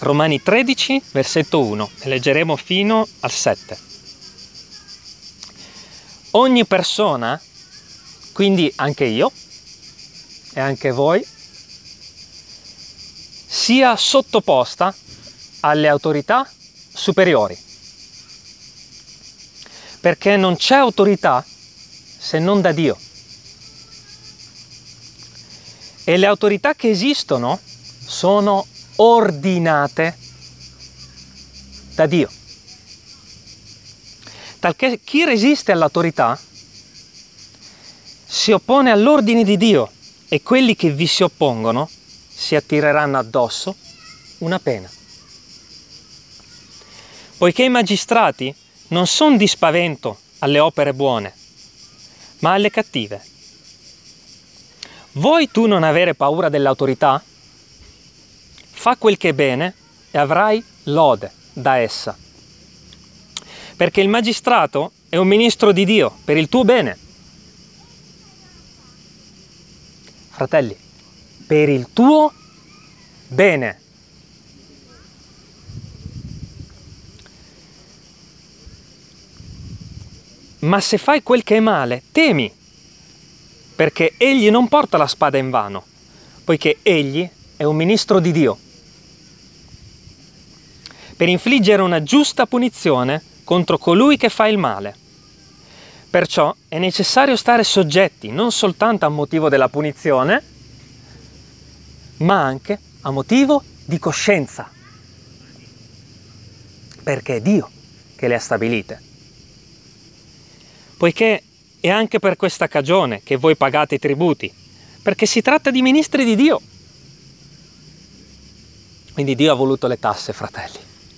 Romani 13, versetto 1, e leggeremo fino al 7. Ogni persona, quindi anche io e anche voi, sia sottoposta alle autorità superiori, perché non c'è autorità se non da Dio. E le autorità che esistono sono ordinate da Dio. Talché chi resiste all'autorità si oppone all'ordine di Dio e quelli che vi si oppongono si attireranno addosso una pena. Poiché i magistrati non sono di spavento alle opere buone, ma alle cattive. Vuoi tu non avere paura dell'autorità? Fa quel che è bene e avrai lode da essa. Perché il magistrato è un ministro di Dio per il tuo bene. Fratelli, per il tuo bene. Ma se fai quel che è male, temi, perché egli non porta la spada invano, poiché egli è un ministro di Dio, per infliggere una giusta punizione contro colui che fa il male. Perciò è necessario stare soggetti non soltanto a motivo della punizione, ma anche a motivo di coscienza, perché è Dio che le ha stabilite. Poiché è anche per questa cagione che voi pagate i tributi, perché si tratta di ministri di Dio. Quindi Dio ha voluto le tasse, fratelli,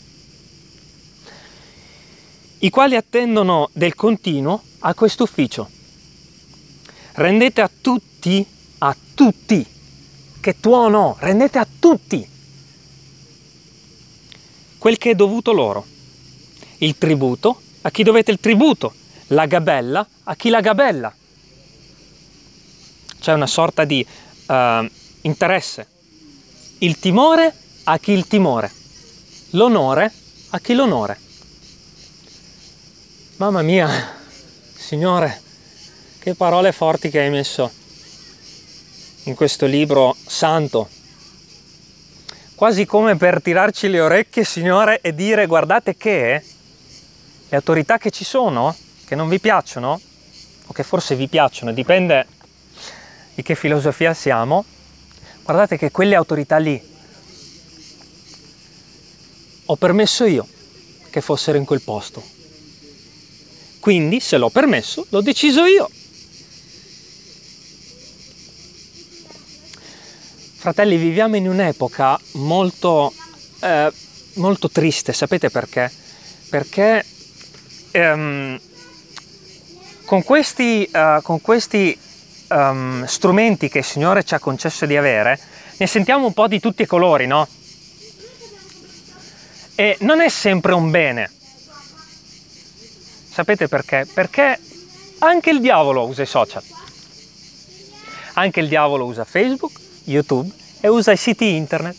i quali attendono del continuo a questo ufficio. Rendete a tutti, che tuono, rendete a tutti quel che è dovuto loro. Il tributo a chi dovete il tributo, la gabella a chi la gabella. C'è una sorta di interesse. Il timore a chi il timore, l'onore a chi l'onore. Mamma mia, Signore, che parole forti che hai messo in questo libro santo. Quasi come per tirarci le orecchie, Signore, e dire: guardate che le autorità che ci sono, che non vi piacciono, o che forse vi piacciono, dipende di che filosofia siamo, guardate che quelle autorità lì ho permesso io che fossero in quel posto. Quindi, se l'ho permesso, l'ho deciso io. Fratelli, viviamo in un'epoca molto triste, sapete perché? Perché con questi strumenti che il Signore ci ha concesso di avere, ne sentiamo un po' di tutti i colori, no? E non è sempre un bene. Sapete perché? Perché anche il diavolo usa i social. Anche il diavolo usa Facebook, YouTube e usa i siti internet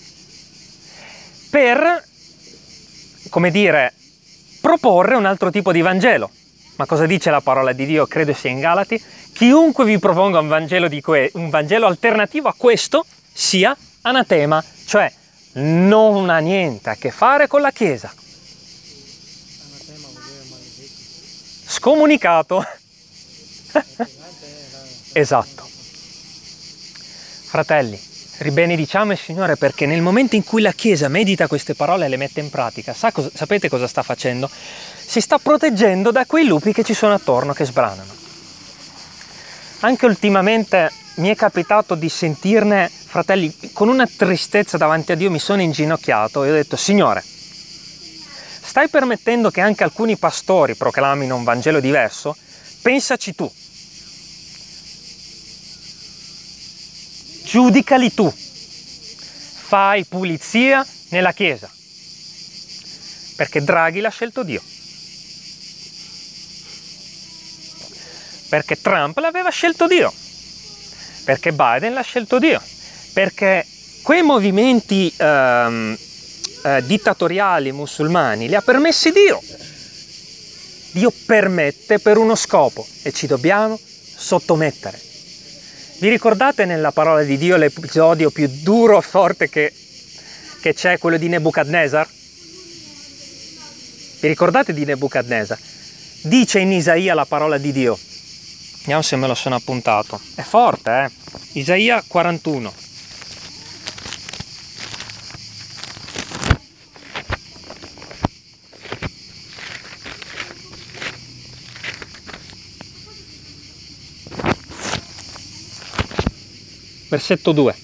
per, come dire, proporre un altro tipo di Vangelo. Ma cosa dice la parola di Dio? Credo sia in Galati: chiunque vi proponga un Vangelo alternativo a questo sia anatema, cioè non ha niente a che fare con la Chiesa. Scomunicato. Esatto. Fratelli, ribenediciamo il Signore, perché nel momento in cui la Chiesa medita queste parole e le mette in pratica, sapete cosa sta facendo? Si sta proteggendo da quei lupi che ci sono attorno, che sbranano. Anche ultimamente mi è capitato di sentirne, fratelli, con una tristezza davanti a Dio mi sono inginocchiato e ho detto: Signore, stai permettendo che anche alcuni pastori proclamino un Vangelo diverso? Pensaci tu. Giudicali tu. Fai pulizia nella Chiesa. Perché Draghi l'ha scelto Dio. Perché Trump l'aveva scelto Dio. Perché Biden l'ha scelto Dio. Perché quei movimenti dittatoriali musulmani li ha permessi Dio. Dio permette per uno scopo e ci dobbiamo sottomettere. Vi ricordate nella parola di Dio l'episodio più duro e forte che c'è, quello di Nebuchadnezzar? Vi ricordate di Nebuchadnezzar? Dice in Isaia la parola di Dio. Vediamo se me lo sono appuntato. È forte, Isaia 41. Versetto 2.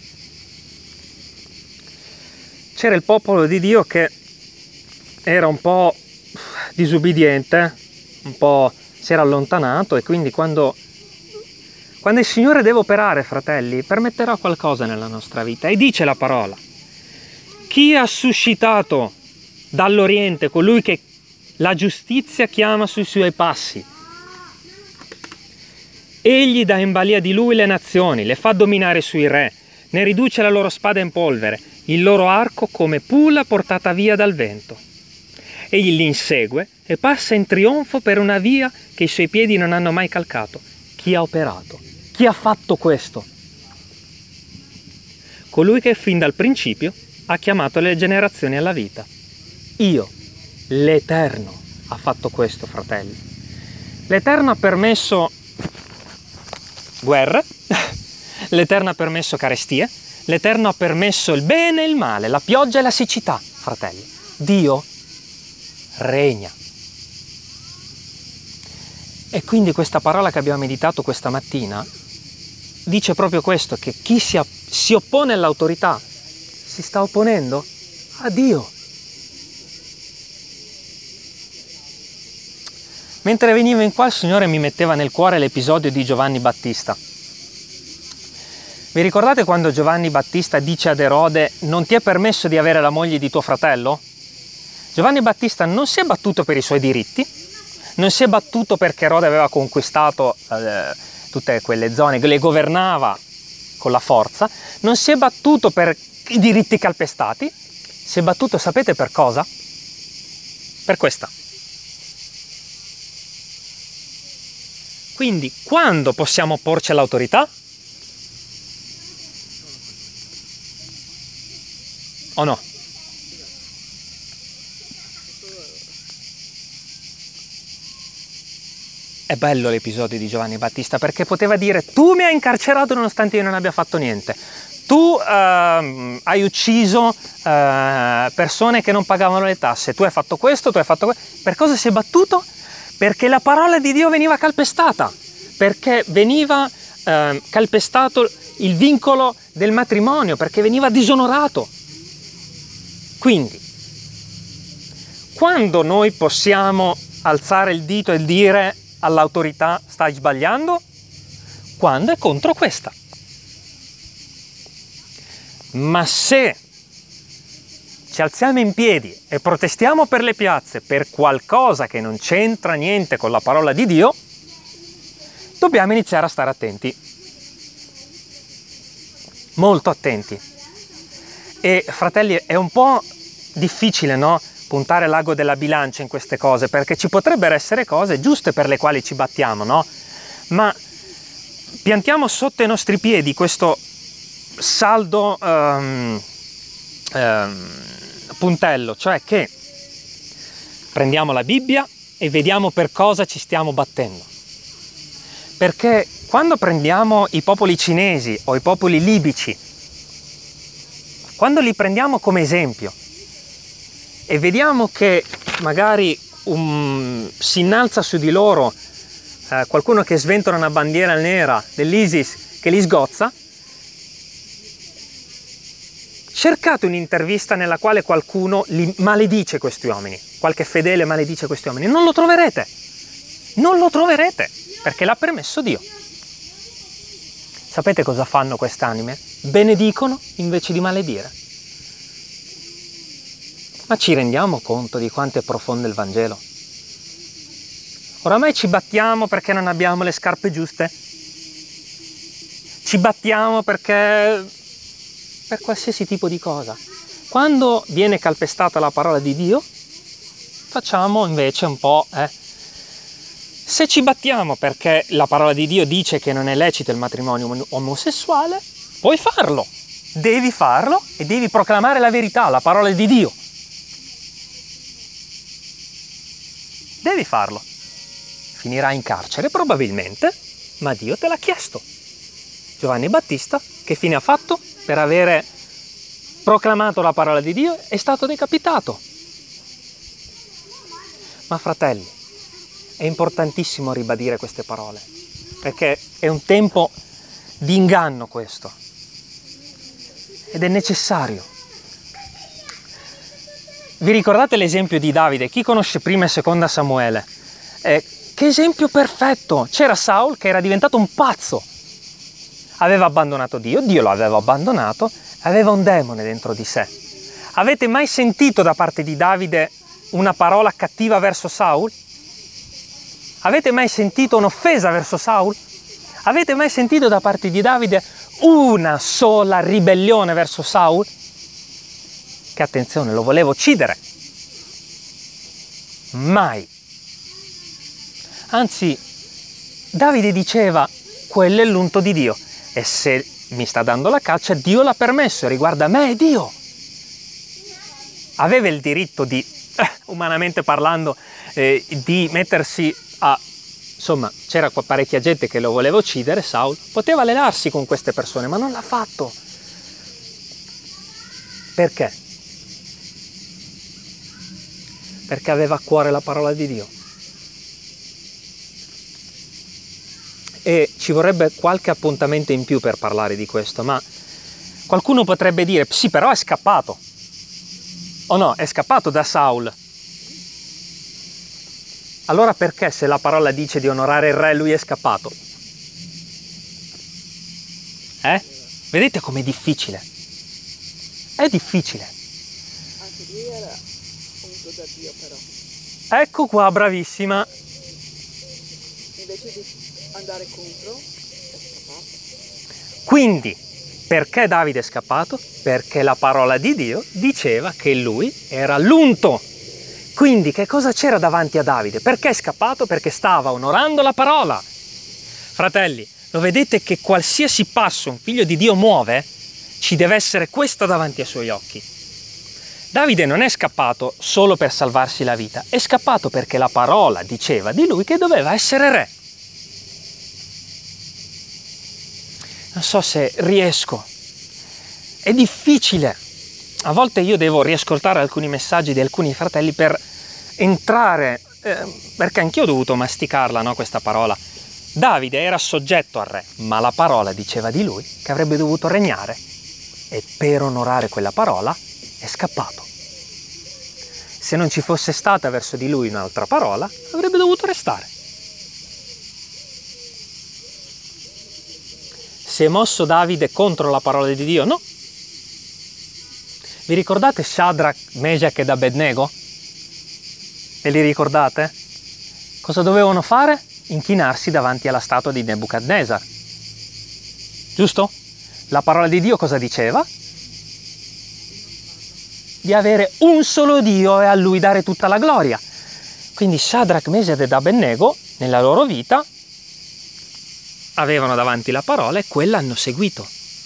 C'era il popolo di Dio che era un po' disubbidiente, un po' si era allontanato, e quindi quando il Signore deve operare, fratelli, permetterà qualcosa nella nostra vita. E dice la parola: chi ha suscitato dall'Oriente colui che la giustizia chiama sui suoi passi? Egli dà in balia di lui le nazioni, le fa dominare sui re, ne riduce la loro spada in polvere, il loro arco come pula portata via dal vento. Egli li insegue e passa in trionfo per una via che i suoi piedi non hanno mai calcato. Chi ha operato? Chi ha fatto questo? Colui che fin dal principio ha chiamato le generazioni alla vita. Io, l'Eterno, ha fatto questo, fratelli. L'Eterno ha permesso guerre, l'Eterno ha permesso carestie, l'Eterno ha permesso il bene e il male, la pioggia e la siccità, fratelli. Dio regna. E quindi questa parola che abbiamo meditato questa mattina dice proprio questo, che chi si oppone all'autorità si sta opponendo a Dio. Mentre venivo in qua, il Signore mi metteva nel cuore l'episodio di Giovanni Battista. Vi ricordate quando Giovanni Battista dice ad Erode: non ti è permesso di avere la moglie di tuo fratello? Giovanni Battista non si è battuto per i suoi diritti, non si è battuto perché Erode aveva conquistato tutte quelle zone, le governava con la forza, non si è battuto per i diritti calpestati, si è battuto, sapete per cosa? Per questa. Quindi, quando possiamo opporci all'autorità? O no? È bello l'episodio di Giovanni Battista, perché poteva dire: tu mi hai incarcerato nonostante io non abbia fatto niente, tu hai ucciso persone che non pagavano le tasse, tu hai fatto questo, tu hai fatto questo. Per cosa si è battuto? Perché la parola di Dio veniva calpestata, perché veniva calpestato il vincolo del matrimonio, perché veniva disonorato. Quindi, quando noi possiamo alzare il dito e dire all'autorità: stai sbagliando? Quando è contro questa. Ma se ci alziamo in piedi e protestiamo per le piazze per qualcosa che non c'entra niente con la parola di Dio, dobbiamo iniziare a stare attenti. Molto attenti. E fratelli, è un po' difficile, no? Puntare l'ago della bilancia in queste cose, perché ci potrebbero essere cose giuste per le quali ci battiamo, no? Ma piantiamo sotto i nostri piedi questo saldo puntello, cioè che prendiamo la Bibbia e vediamo per cosa ci stiamo battendo. Perché quando prendiamo i popoli cinesi o i popoli libici, quando li prendiamo come esempio e vediamo che magari si innalza su di loro qualcuno che sventola una bandiera nera dell'ISIS che li sgozza, cercate un'intervista nella quale qualcuno li maledice questi uomini, qualche fedele maledice questi uomini. Non lo troverete, perché l'ha permesso Dio. Sapete cosa fanno quest'anime? Benedicono invece di maledire. Ma ci rendiamo conto di quanto è profondo il Vangelo? Oramai ci battiamo perché non abbiamo le scarpe giuste, ci battiamo perché per qualsiasi tipo di cosa, Quando viene calpestata la parola di Dio, facciamo invece un po', Se ci battiamo perché la parola di Dio dice che non è lecito il matrimonio omosessuale, puoi farlo, devi farlo e devi proclamare la verità, la parola di Dio. Devi farlo. Finirai in carcere probabilmente, ma Dio te l'ha chiesto. Giovanni Battista, che fine ha fatto? Per avere proclamato la parola di Dio è stato decapitato. Ma fratelli, è importantissimo ribadire queste parole, perché è un tempo di inganno questo, ed è necessario. Vi ricordate l'esempio di Davide? Chi conosce prima e seconda Samuele? Che esempio perfetto! C'era Saul che era diventato un pazzo, aveva abbandonato Dio, Dio lo aveva abbandonato, aveva un demone dentro di sé. Avete mai sentito da parte di Davide una parola cattiva verso Saul? Avete mai sentito un'offesa verso Saul? Avete mai sentito da parte di Davide una sola ribellione verso Saul? Che attenzione, lo voleva uccidere. Mai. Anzi, Davide diceva, quello è l'unto di Dio. E se mi sta dando la caccia, Dio l'ha permesso, riguarda me e Dio. Aveva il diritto di, umanamente parlando, di mettersi a... Insomma, c'era parecchia gente che lo voleva uccidere, Saul. Poteva allenarsi con queste persone, ma non l'ha fatto. Perché? Perché aveva a cuore la parola di Dio. E ci vorrebbe qualche appuntamento in più per parlare di questo, ma qualcuno potrebbe dire, sì, però è scappato. O no, è scappato da Saul. Allora perché se la parola dice di onorare il re, lui è scappato? Vedete com'è difficile? È difficile. Anche lui era unto da Dio però. Ecco qua, bravissima. Invece di andare contro, è scappato. Quindi, perché Davide è scappato? Perché la parola di Dio diceva che lui era l'unto. Quindi che cosa c'era davanti a Davide? Perché è scappato? Perché stava onorando la parola. Fratelli, lo vedete che qualsiasi passo un figlio di Dio muove, ci deve essere questo davanti ai suoi occhi. Davide non è scappato solo per salvarsi la vita, è scappato perché la parola diceva di lui che doveva essere re. Non so se riesco. È difficile. A volte io devo riascoltare alcuni messaggi di alcuni fratelli per entrare, perché anch'io ho dovuto masticarla, no, questa parola. Davide era soggetto al re, ma la parola diceva di lui che avrebbe dovuto regnare e per onorare quella parola è scappato. Se non ci fosse stata verso di lui un'altra parola, avrebbe dovuto restare. Si è mosso Davide contro la parola di Dio? No. Vi ricordate Shadrach, Meshach ed Abednego? Ve li ricordate? Cosa dovevano fare? Inchinarsi davanti alla statua di Nebuchadnezzar. Giusto? La parola di Dio cosa diceva? Di avere un solo Dio e a Lui dare tutta la gloria. Quindi Shadrach, Meshach ed Abednego, nella loro vita, avevano davanti la parola e quella hanno seguito.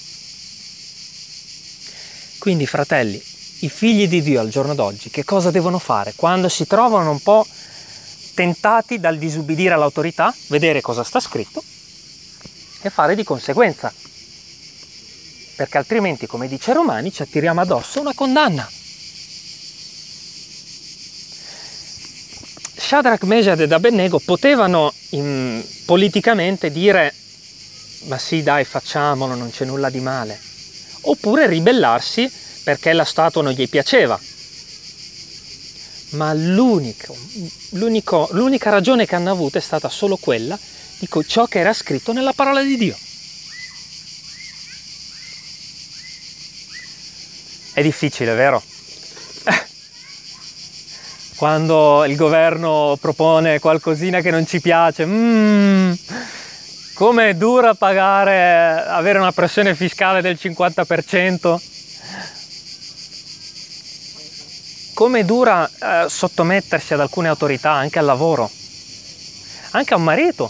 Quindi, fratelli, i figli di Dio al giorno d'oggi che cosa devono fare? Quando si trovano un po' tentati dal disubbidire all'autorità, vedere cosa sta scritto e fare di conseguenza. Perché altrimenti, come dice Romani, ci attiriamo addosso una condanna. Shadrach, Meshach ed Abednego potevano politicamente dire ma sì dai facciamolo, non c'è nulla di male, oppure ribellarsi perché la statua non gli piaceva. Ma l'unica ragione che hanno avuto è stata solo quella di ciò che era scritto nella parola di Dio. È difficile, vero? Quando il governo propone qualcosina che non ci piace, come è dura avere una pressione fiscale del 50%. come dura sottomettersi ad alcune autorità, anche al lavoro, anche a un marito.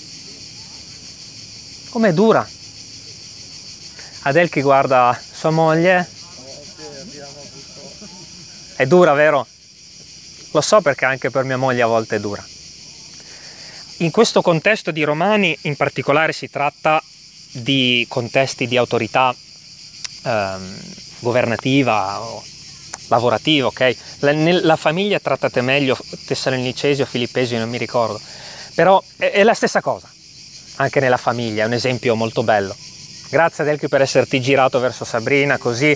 Come dura. Adelchi guarda sua moglie. È dura, vero? Lo so, perché anche per mia moglie a volte è dura. In questo contesto di Romani in particolare si tratta di contesti di autorità governativa o lavorativa, ok? La famiglia trattate meglio, Tessalonicesi o Filippesi, non mi ricordo, però è la stessa cosa, anche nella famiglia, è un esempio molto bello. Grazie Adelchi per esserti girato verso Sabrina, così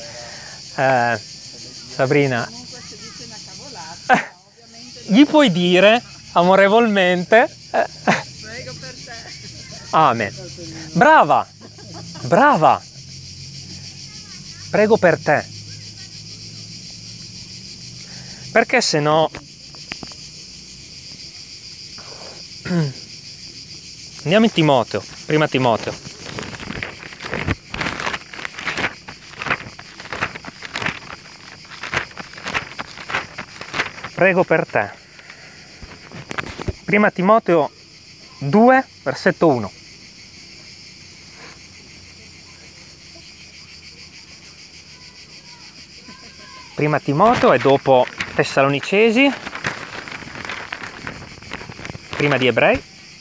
Sabrina, Comunque se dice una cavolata, ovviamente gli puoi dire amorevolmente prego per te. Amen. Brava, brava, prego per te, perché se no andiamo in Timoteo, prima Timoteo. Prego per te. Prima Timoteo 2, versetto 1. Prima Timoteo e dopo Tessalonicesi, prima di Ebrei.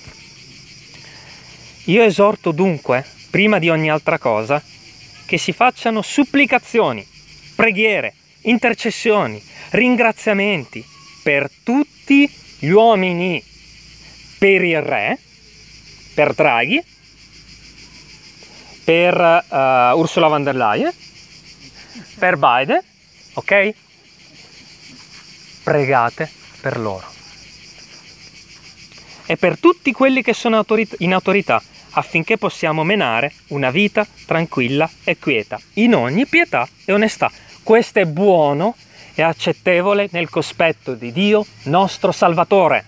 Io esorto dunque, prima di ogni altra cosa, che si facciano supplicazioni, preghiere, intercessioni, ringraziamenti per tutti gli uomini, per il re, per Draghi, per Ursula von der Leyen, per Biden, ok? Pregate per loro. E per tutti quelli che sono in autorità, affinché possiamo menare una vita tranquilla e quieta, in ogni pietà e onestà. Questo è buono e accettevole nel cospetto di Dio, nostro Salvatore.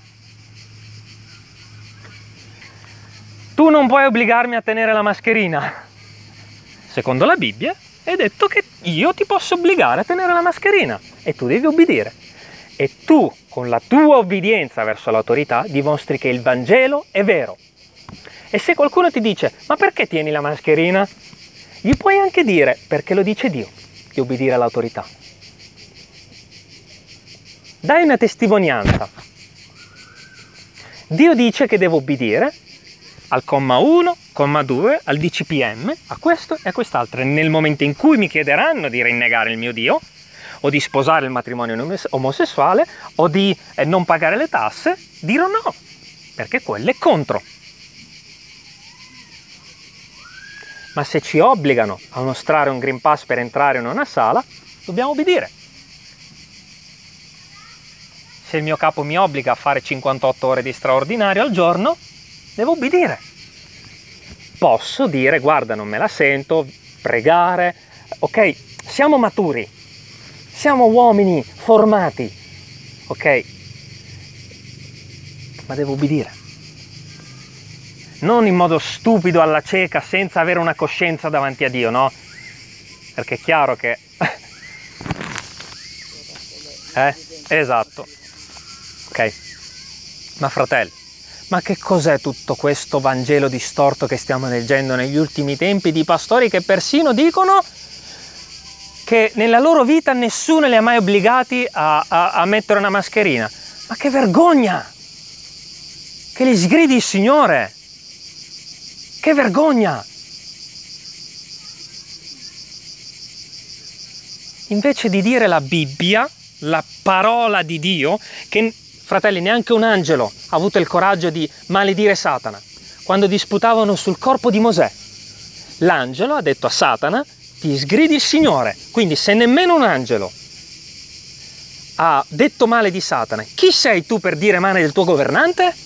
Tu non puoi obbligarmi a tenere la mascherina. Secondo la Bibbia è detto che io ti posso obbligare a tenere la mascherina e tu devi obbedire. E tu, con la tua obbedienza verso l'autorità, dimostri che il Vangelo è vero. E se qualcuno ti dice, ma perché tieni la mascherina? Gli puoi anche dire, perché lo dice Dio, di obbedire all'autorità. Dai una testimonianza. Dio dice che devo obbedire al comma 1, comma 2, al DCPM, a questo e a quest'altro. E nel momento in cui mi chiederanno di rinnegare il mio Dio, o di sposare il matrimonio omosessuale, o di non pagare le tasse, dirò no, perché quello è contro. Ma se ci obbligano a mostrare un Green Pass per entrare in una sala, dobbiamo obbedire. Se il mio capo mi obbliga a fare 58 ore di straordinario al giorno, devo obbedire. Posso dire, guarda, non me la sento, pregare, ok, siamo maturi, siamo uomini formati, ok, ma devo obbedire. Non in modo stupido alla cieca, senza avere una coscienza davanti a Dio, no? Perché è chiaro che... Esatto. Ok. Ma fratelli, ma che cos'è tutto questo Vangelo distorto che stiamo leggendo negli ultimi tempi di pastori che persino dicono che nella loro vita nessuno li ha mai obbligati a mettere una mascherina? Ma che vergogna! Che li sgridi il Signore! Che vergogna! Invece di dire la Bibbia, la parola di Dio, che fratelli, neanche un angelo ha avuto il coraggio di maledire Satana. Quando disputavano sul corpo di Mosè, l'angelo ha detto a Satana, ti sgridi il Signore. Quindi se nemmeno un angelo ha detto male di Satana, chi sei tu per dire male del tuo governante?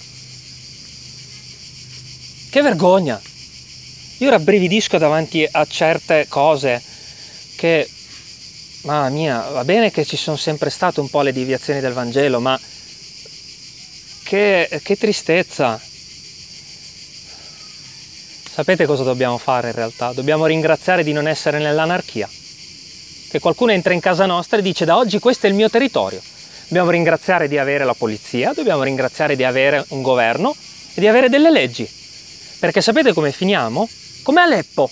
Che vergogna! Io rabbrividisco davanti a certe cose che, mamma mia, va bene che ci sono sempre state un po' le deviazioni del Vangelo, ma che tristezza! Sapete cosa dobbiamo fare in realtà? Dobbiamo ringraziare di non essere nell'anarchia. che qualcuno entra in casa nostra e dice: da oggi questo è il mio territorio. Dobbiamo ringraziare di avere la polizia, dobbiamo ringraziare di avere un governo e di avere delle leggi. Perché sapete come finiamo? Come Aleppo.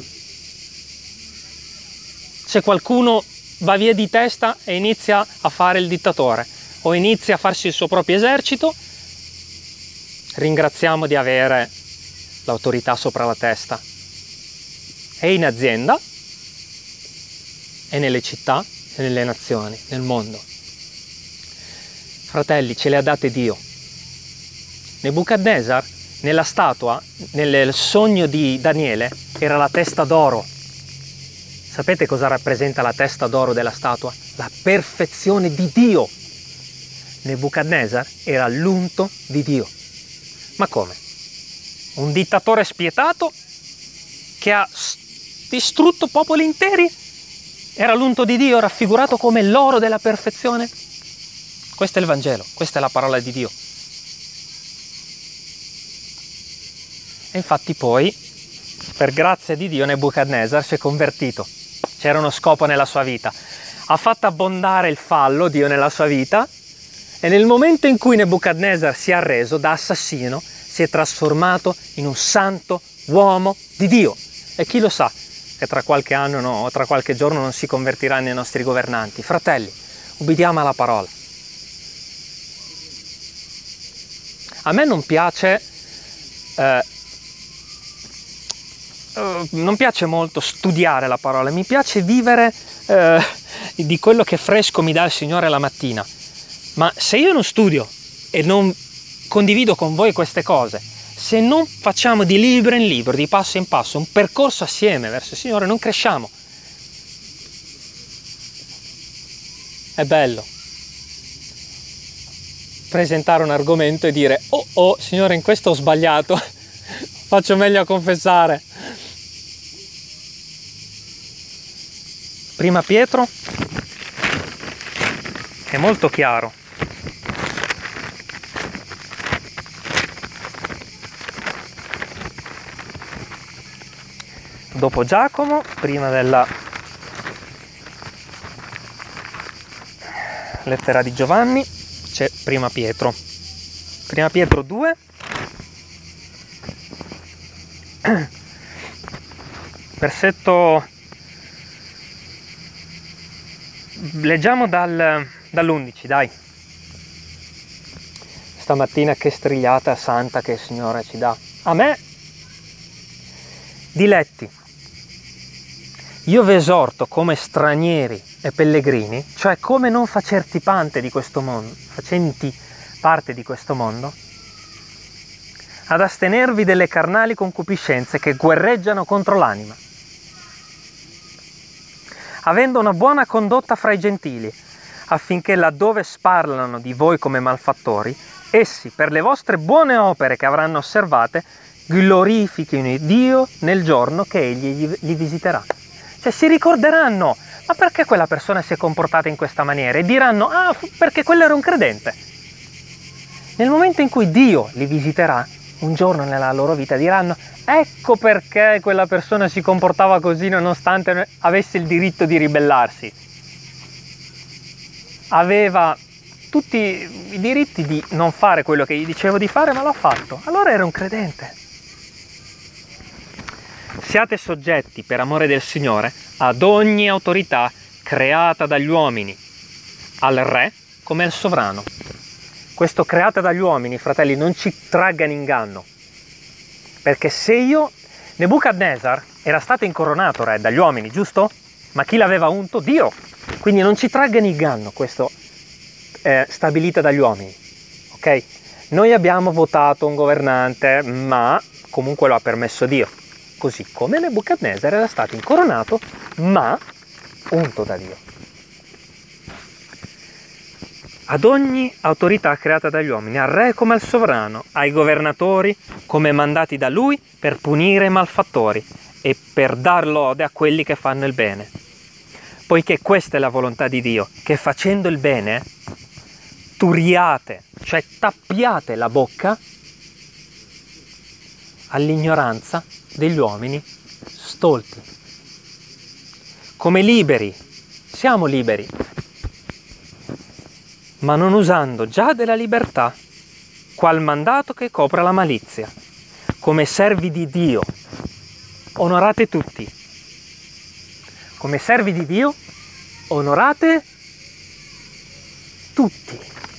Se qualcuno va via di testa e inizia a fare il dittatore o inizia a farsi il suo proprio esercito, ringraziamo di avere l'autorità sopra la testa. E in azienda, e nelle città, e nelle nazioni, nel mondo. Fratelli, ce le ha date Dio. Nebuchadnezzar, nella statua, nel sogno di Daniele, era la testa d'oro. Sapete cosa rappresenta la testa d'oro della statua? La perfezione di Dio. Nebuchadnezzar era l'unto di Dio. Ma come? Un dittatore spietato che ha distrutto popoli interi? Era l'unto di Dio, raffigurato come l'oro della perfezione? Questo è il Vangelo, questa è la parola di Dio. E infatti poi, per grazia di Dio, Nebuchadnezzar si è convertito. C'era uno scopo nella sua vita. Ha fatto abbondare il fallo, Dio, nella sua vita, e nel momento in cui Nebuchadnezzar si è arreso da assassino, si è trasformato in un santo uomo di Dio. E chi lo sa che tra qualche anno o tra qualche giorno non si convertiranno i nostri governanti. Fratelli, ubbidiamo alla parola. A me non piace molto studiare la parola, mi piace vivere di quello che fresco mi dà il Signore la mattina. Ma se io non studio e non condivido con voi queste cose, se non facciamo di libro in libro, di passo in passo, un percorso assieme verso il Signore, non cresciamo. È bello presentare un argomento e dire: oh, Signore, in questo ho sbagliato, faccio meglio a confessare. Prima Pietro è molto chiaro. Dopo Giacomo, prima della lettera di Giovanni, c'è prima Pietro. Prima Pietro 2, versetto, leggiamo dall'11, dai. Stamattina che strigliata santa che il Signore ci dà. A me, diletti, io vi esorto come stranieri e pellegrini, cioè come non facenti parte di questo mondo, ad astenervi delle carnali concupiscenze che guerreggiano contro l'anima, avendo una buona condotta fra i gentili, affinché laddove sparlano di voi come malfattori, essi, per le vostre buone opere che avranno osservate, glorifichino Dio nel giorno che Egli li visiterà. Cioè si ricorderanno: ma perché quella persona si è comportata in questa maniera? E diranno: ah, perché quello era un credente. Nel momento in cui Dio li visiterà, un giorno nella loro vita diranno: ecco perché quella persona si comportava così nonostante avesse il diritto di ribellarsi. Aveva tutti i diritti di non fare quello che gli dicevo di fare, ma l'ha fatto. Allora era un credente. Siate soggetti per amore del Signore ad ogni autorità creata dagli uomini, al Re come al sovrano. Questo creata dagli uomini, fratelli, non ci tragga in inganno. Perché se Nebuchadnezzar era stato incoronato re dagli uomini, giusto? Ma chi l'aveva unto? Dio. Quindi non ci tragga in inganno questo stabilito dagli uomini. Ok? Noi abbiamo votato un governante, ma comunque lo ha permesso Dio. Così come Nebuchadnezzar era stato incoronato, ma unto da Dio. Ad ogni autorità creata dagli uomini, al re come al sovrano, ai governatori come mandati da lui per punire i malfattori e per dar lode a quelli che fanno il bene. Poiché questa è la volontà di Dio, che facendo il bene turiate, cioè tappiate la bocca all'ignoranza degli uomini stolti. Come liberi siamo liberi, ma non usando già della libertà, qual mandato che copra la malizia. Come servi di Dio, onorate tutti. Come servi di Dio, onorate tutti.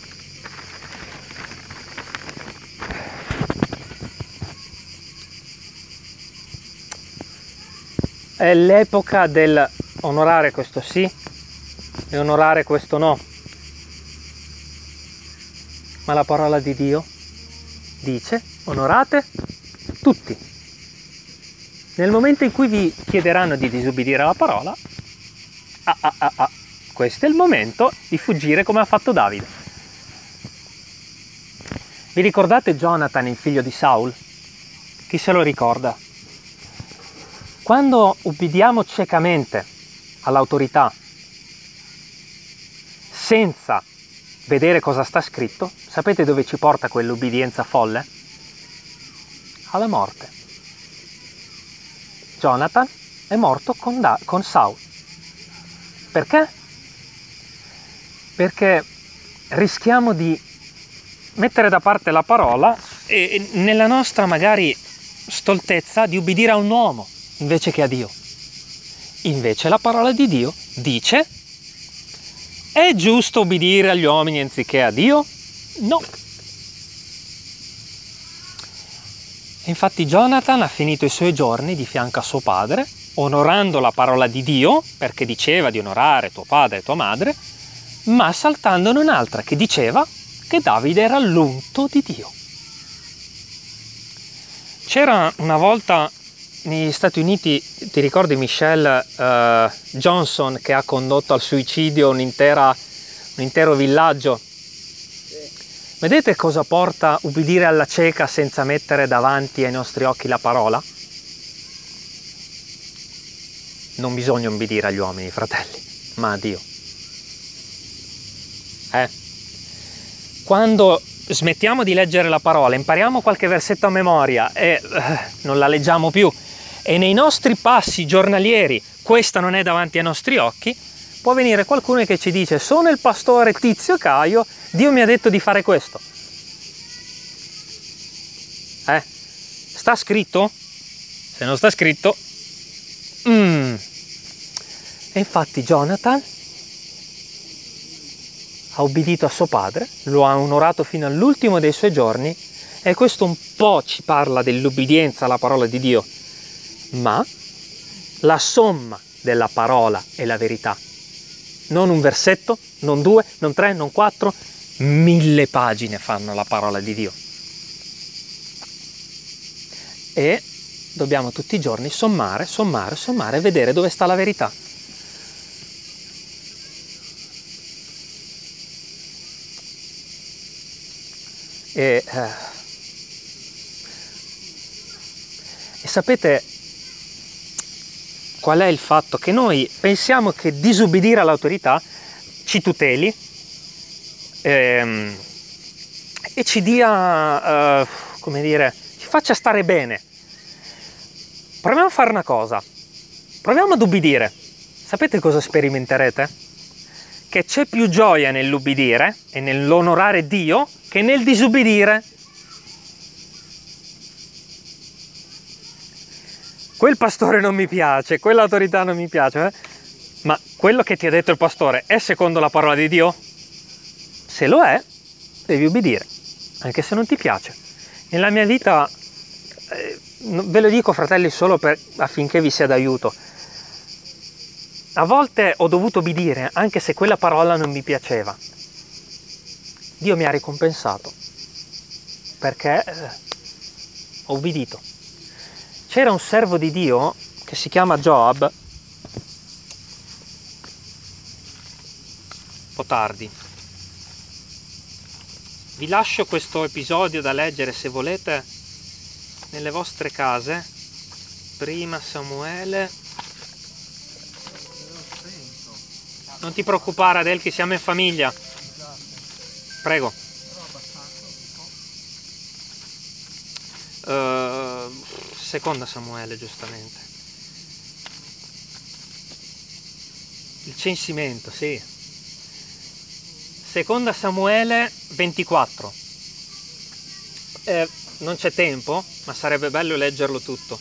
È l'epoca del onorare questo sì e onorare questo no. Ma la parola di Dio dice: onorate tutti. Nel momento in cui vi chiederanno di disubbidire alla parola, questo è il momento di fuggire come ha fatto Davide. Vi ricordate Jonathan, il figlio di Saul? Chi se lo ricorda? Quando ubbidiamo ciecamente all'autorità, senza vedere cosa sta scritto, sapete dove ci porta quell'ubbidienza folle? Alla morte. Jonathan è morto con Saul. Perché? Perché rischiamo di mettere da parte la parola e nella nostra magari stoltezza di ubbidire a un uomo invece che a Dio. Invece la parola di Dio dice: è giusto ubbidire agli uomini anziché a Dio? No. Infatti Jonathan ha finito i suoi giorni di fianco a suo padre, onorando la parola di Dio, perché diceva di onorare tuo padre e tua madre, ma saltandone un'altra che diceva che Davide era l'unto di Dio. C'era una volta negli Stati Uniti, ti ricordi Michelle Johnson, che ha condotto al suicidio un intero villaggio? Vedete cosa porta ubbidire alla cieca senza mettere davanti ai nostri occhi la parola? Non bisogna ubbidire agli uomini, fratelli, ma a Dio. Quando smettiamo di leggere la parola, impariamo qualche versetto a memoria e non la leggiamo più, e nei nostri passi giornalieri questa non è davanti ai nostri occhi, può venire qualcuno che ci dice: sono il pastore Tizio Caio, Dio mi ha detto di fare questo. Sta scritto? Se non sta scritto, E infatti Jonathan ha ubbidito a suo padre, lo ha onorato fino all'ultimo dei suoi giorni, e questo un po' ci parla dell'ubbidienza alla parola di Dio, ma la somma della parola è la verità. Non un versetto, non 2, non 3, non 4, 1000 pagine fanno la parola di Dio. E dobbiamo tutti i giorni sommare e vedere dove sta la verità. E sapete qual è il fatto? Che noi pensiamo che disubbidire all'autorità ci tuteli e ci dia, come dire, ci faccia stare bene. Proviamo a fare una cosa, proviamo ad ubbidire. Sapete cosa sperimenterete? Che c'è più gioia nell'ubbidire e nell'onorare Dio che nel disubbidire. Quel pastore non mi piace, quell'autorità non mi piace, ma quello che ti ha detto il pastore è secondo la parola di Dio? Se lo è, devi ubbidire, anche se non ti piace. Nella mia vita, ve lo dico fratelli solo affinché vi sia d'aiuto, a volte ho dovuto obbedire anche se quella parola non mi piaceva. Dio mi ha ricompensato perché ho ubbidito. C'era un servo di Dio che si chiama Giobbe, un po' tardi. Vi lascio questo episodio da leggere se volete nelle vostre case. Prima Samuele. Non ti preoccupare Adel, che siamo in famiglia. Prego. Seconda Samuele, giustamente. Il censimento, sì. Seconda Samuele 24. Non c'è tempo, ma sarebbe bello leggerlo tutto.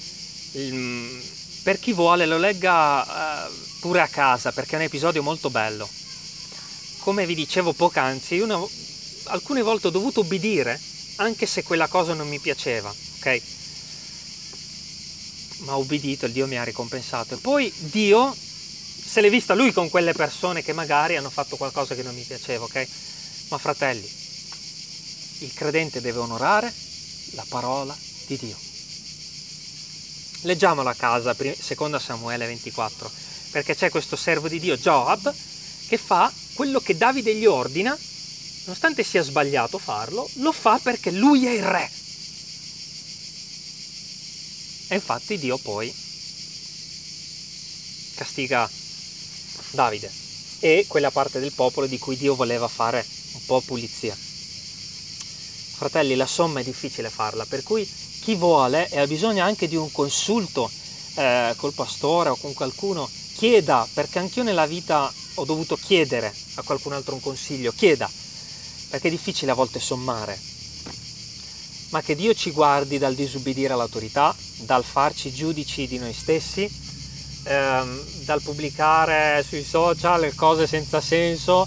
Per chi vuole lo legga pure a casa, perché è un episodio molto bello. Come vi dicevo poc'anzi, alcune volte ho dovuto obbedire, anche se quella cosa non mi piaceva, ok? Ma ho obbedito, il Dio mi ha ricompensato. E poi Dio se l'è vista lui con quelle persone che magari hanno fatto qualcosa che non mi piaceva, ok? Ma fratelli, il credente deve onorare la parola di Dio. Leggiamolo a casa, seconda Samuele 24, perché c'è questo servo di Dio, Joab, che fa quello che Davide gli ordina, nonostante sia sbagliato farlo, lo fa perché lui è il re. E infatti Dio poi castiga Davide e quella parte del popolo di cui Dio voleva fare un po' pulizia. Fratelli, la somma è difficile farla, per cui chi vuole e ha bisogno anche di un consulto col pastore o con qualcuno, chieda, perché anch'io nella vita ho dovuto chiedere a qualcun altro un consiglio, chieda, perché è difficile a volte sommare, ma che Dio ci guardi dal disubbidire all'autorità, dal farci giudici di noi stessi, dal pubblicare sui social cose senza senso,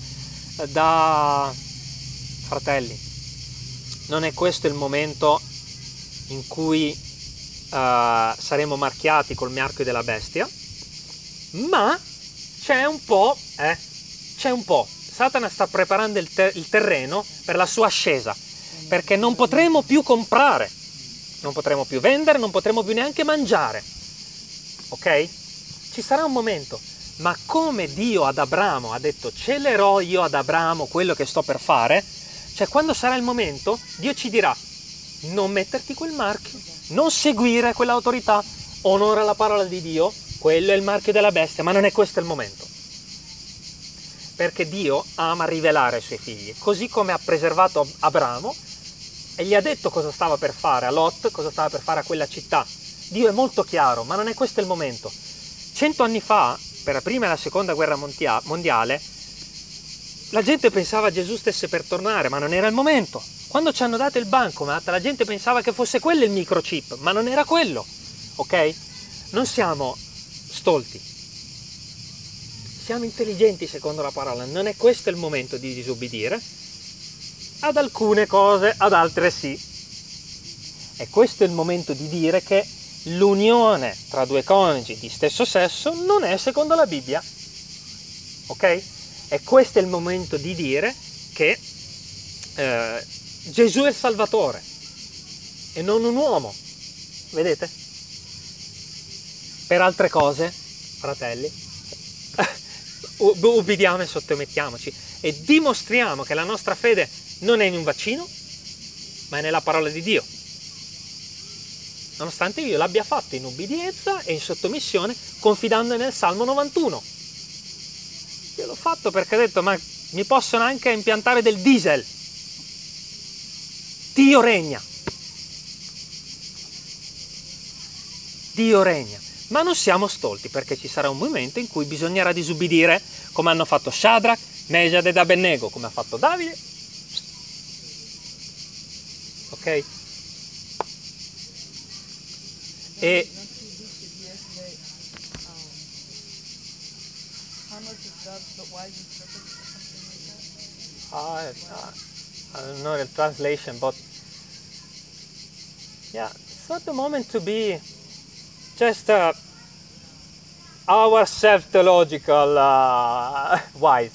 fratelli, non è questo il momento in cui saremo marchiati col marchio della bestia, ma c'è un po', Satana sta preparando il terreno per la sua ascesa, perché non potremo più comprare, non potremo più vendere, non potremo più neanche mangiare, ok? Ci sarà un momento, ma come Dio ad Abramo ha detto celerò io ad Abramo quello che sto per fare, cioè quando sarà il momento Dio ci dirà non metterti quel marchio, non seguire quell'autorità, onora la parola di Dio, quello è il marchio della bestia, ma non è questo il momento. Perché Dio ama rivelare ai suoi figli, così come ha preservato Abramo e gli ha detto cosa stava per fare a Lot, cosa stava per fare a quella città. Dio è molto chiaro, ma non è questo il momento. 100 anni fa, per la prima e la seconda guerra mondiale, la gente pensava Gesù stesse per tornare, ma non era il momento. Quando ci hanno dato il bancomat, la gente pensava che fosse quello il microchip, ma non era quello, ok? Non siamo stolti, siamo intelligenti secondo la parola, non è questo il momento di disubbidire, ad alcune cose, ad altre sì. E questo è il momento di dire che l'unione tra due coniugi di stesso sesso non è secondo la Bibbia, ok? E questo è il momento di dire che Gesù è il Salvatore e non un uomo, vedete? Per altre cose, fratelli, ubbidiamo e sottomettiamoci e dimostriamo che la nostra fede non è in un vaccino, ma è nella parola di Dio. Nonostante io l'abbia fatto in ubbidienza e in sottomissione, confidando nel Salmo 91. Io l'ho fatto perché ho detto, ma mi possono anche impiantare del diesel. Dio regna. Dio regna. Ma non siamo stolti, perché ci sarà un momento in cui bisognerà disubbidire, come hanno fatto Shadrach, Mesad ed Abednego, come ha fatto Davide. Ok? E I don't know the translation, but yeah, it's not the moment to be just our self-theological wise.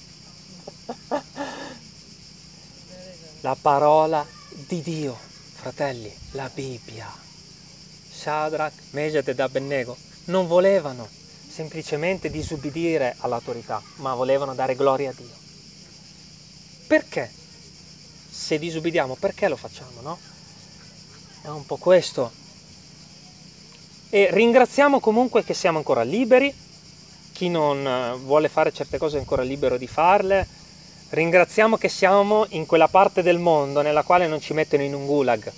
La parola di Dio, fratelli, la Bibbia. Shadrach, Mesad ed Abednego non volevano semplicemente disubbidire all'autorità, ma volevano dare gloria a Dio. Perché? Se disubbidiamo, perché lo facciamo, no? È un po' questo. E ringraziamo comunque che siamo ancora liberi, chi non vuole fare certe cose è ancora libero di farle. Ringraziamo che siamo in quella parte del mondo nella quale non ci mettono in un gulag.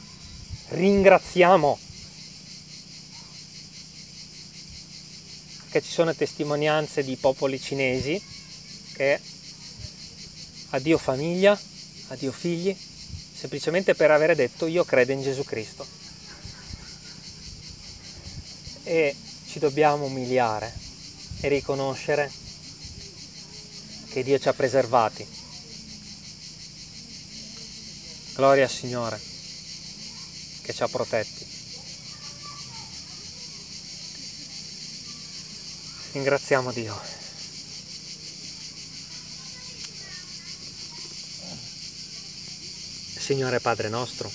Ringraziamo. Ok? perché ci sono testimonianze di popoli cinesi che addio famiglia, addio figli, semplicemente per avere detto io credo in Gesù Cristo. E ci dobbiamo umiliare e riconoscere che Dio ci ha preservati. Gloria al Signore che ci ha protetti. Ringraziamo Dio. Signore Padre nostro,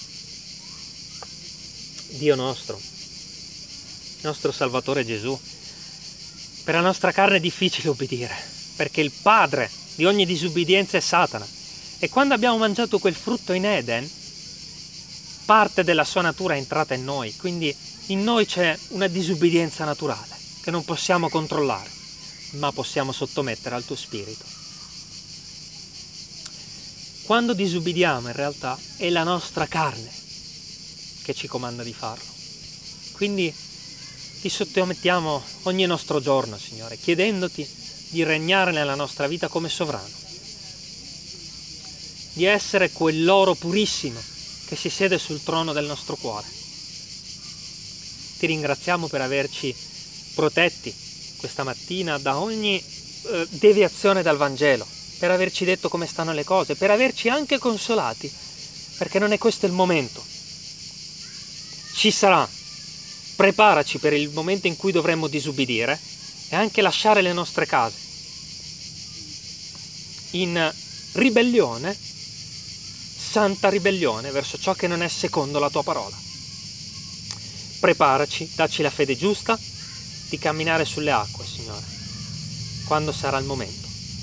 Dio nostro Salvatore Gesù, per la nostra carne è difficile ubbidire, perché il padre di ogni disubbidienza è Satana. E quando abbiamo mangiato quel frutto in Eden, parte della sua natura è entrata in noi, quindi in noi c'è una disubbidienza naturale che non possiamo controllare, ma possiamo sottomettere al tuo spirito. Quando disubbidiamo, in realtà è la nostra carne che ci comanda di farlo. Quindi ti sottomettiamo ogni nostro giorno, Signore, chiedendoti di regnare nella nostra vita come sovrano, di essere quell'oro purissimo che si siede sul trono del nostro cuore. Ti ringraziamo per averci protetti questa mattina da ogni deviazione dal Vangelo, per averci detto come stanno le cose, per averci anche consolati, perché non è questo il momento. Ci sarà. Preparaci per il momento in cui dovremmo disubbidire e anche lasciare le nostre case in ribellione, santa ribellione verso ciò che non è secondo la tua parola. Preparaci, dacci la fede giusta di camminare sulle acque, Signore, quando sarà il momento.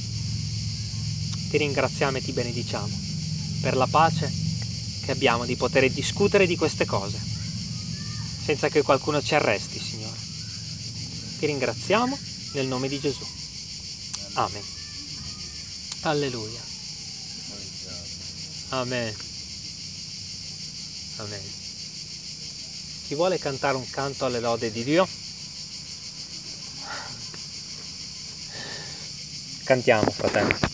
Ti ringraziamo e ti benediciamo per la pace che abbiamo di poter discutere di queste cose senza che qualcuno ci arresti, Signore. Ti ringraziamo nel nome di Gesù. Amen. Alleluia. Amen. Amen. Chi vuole cantare un canto alle lodi di Dio? Cantiamo, fratelli.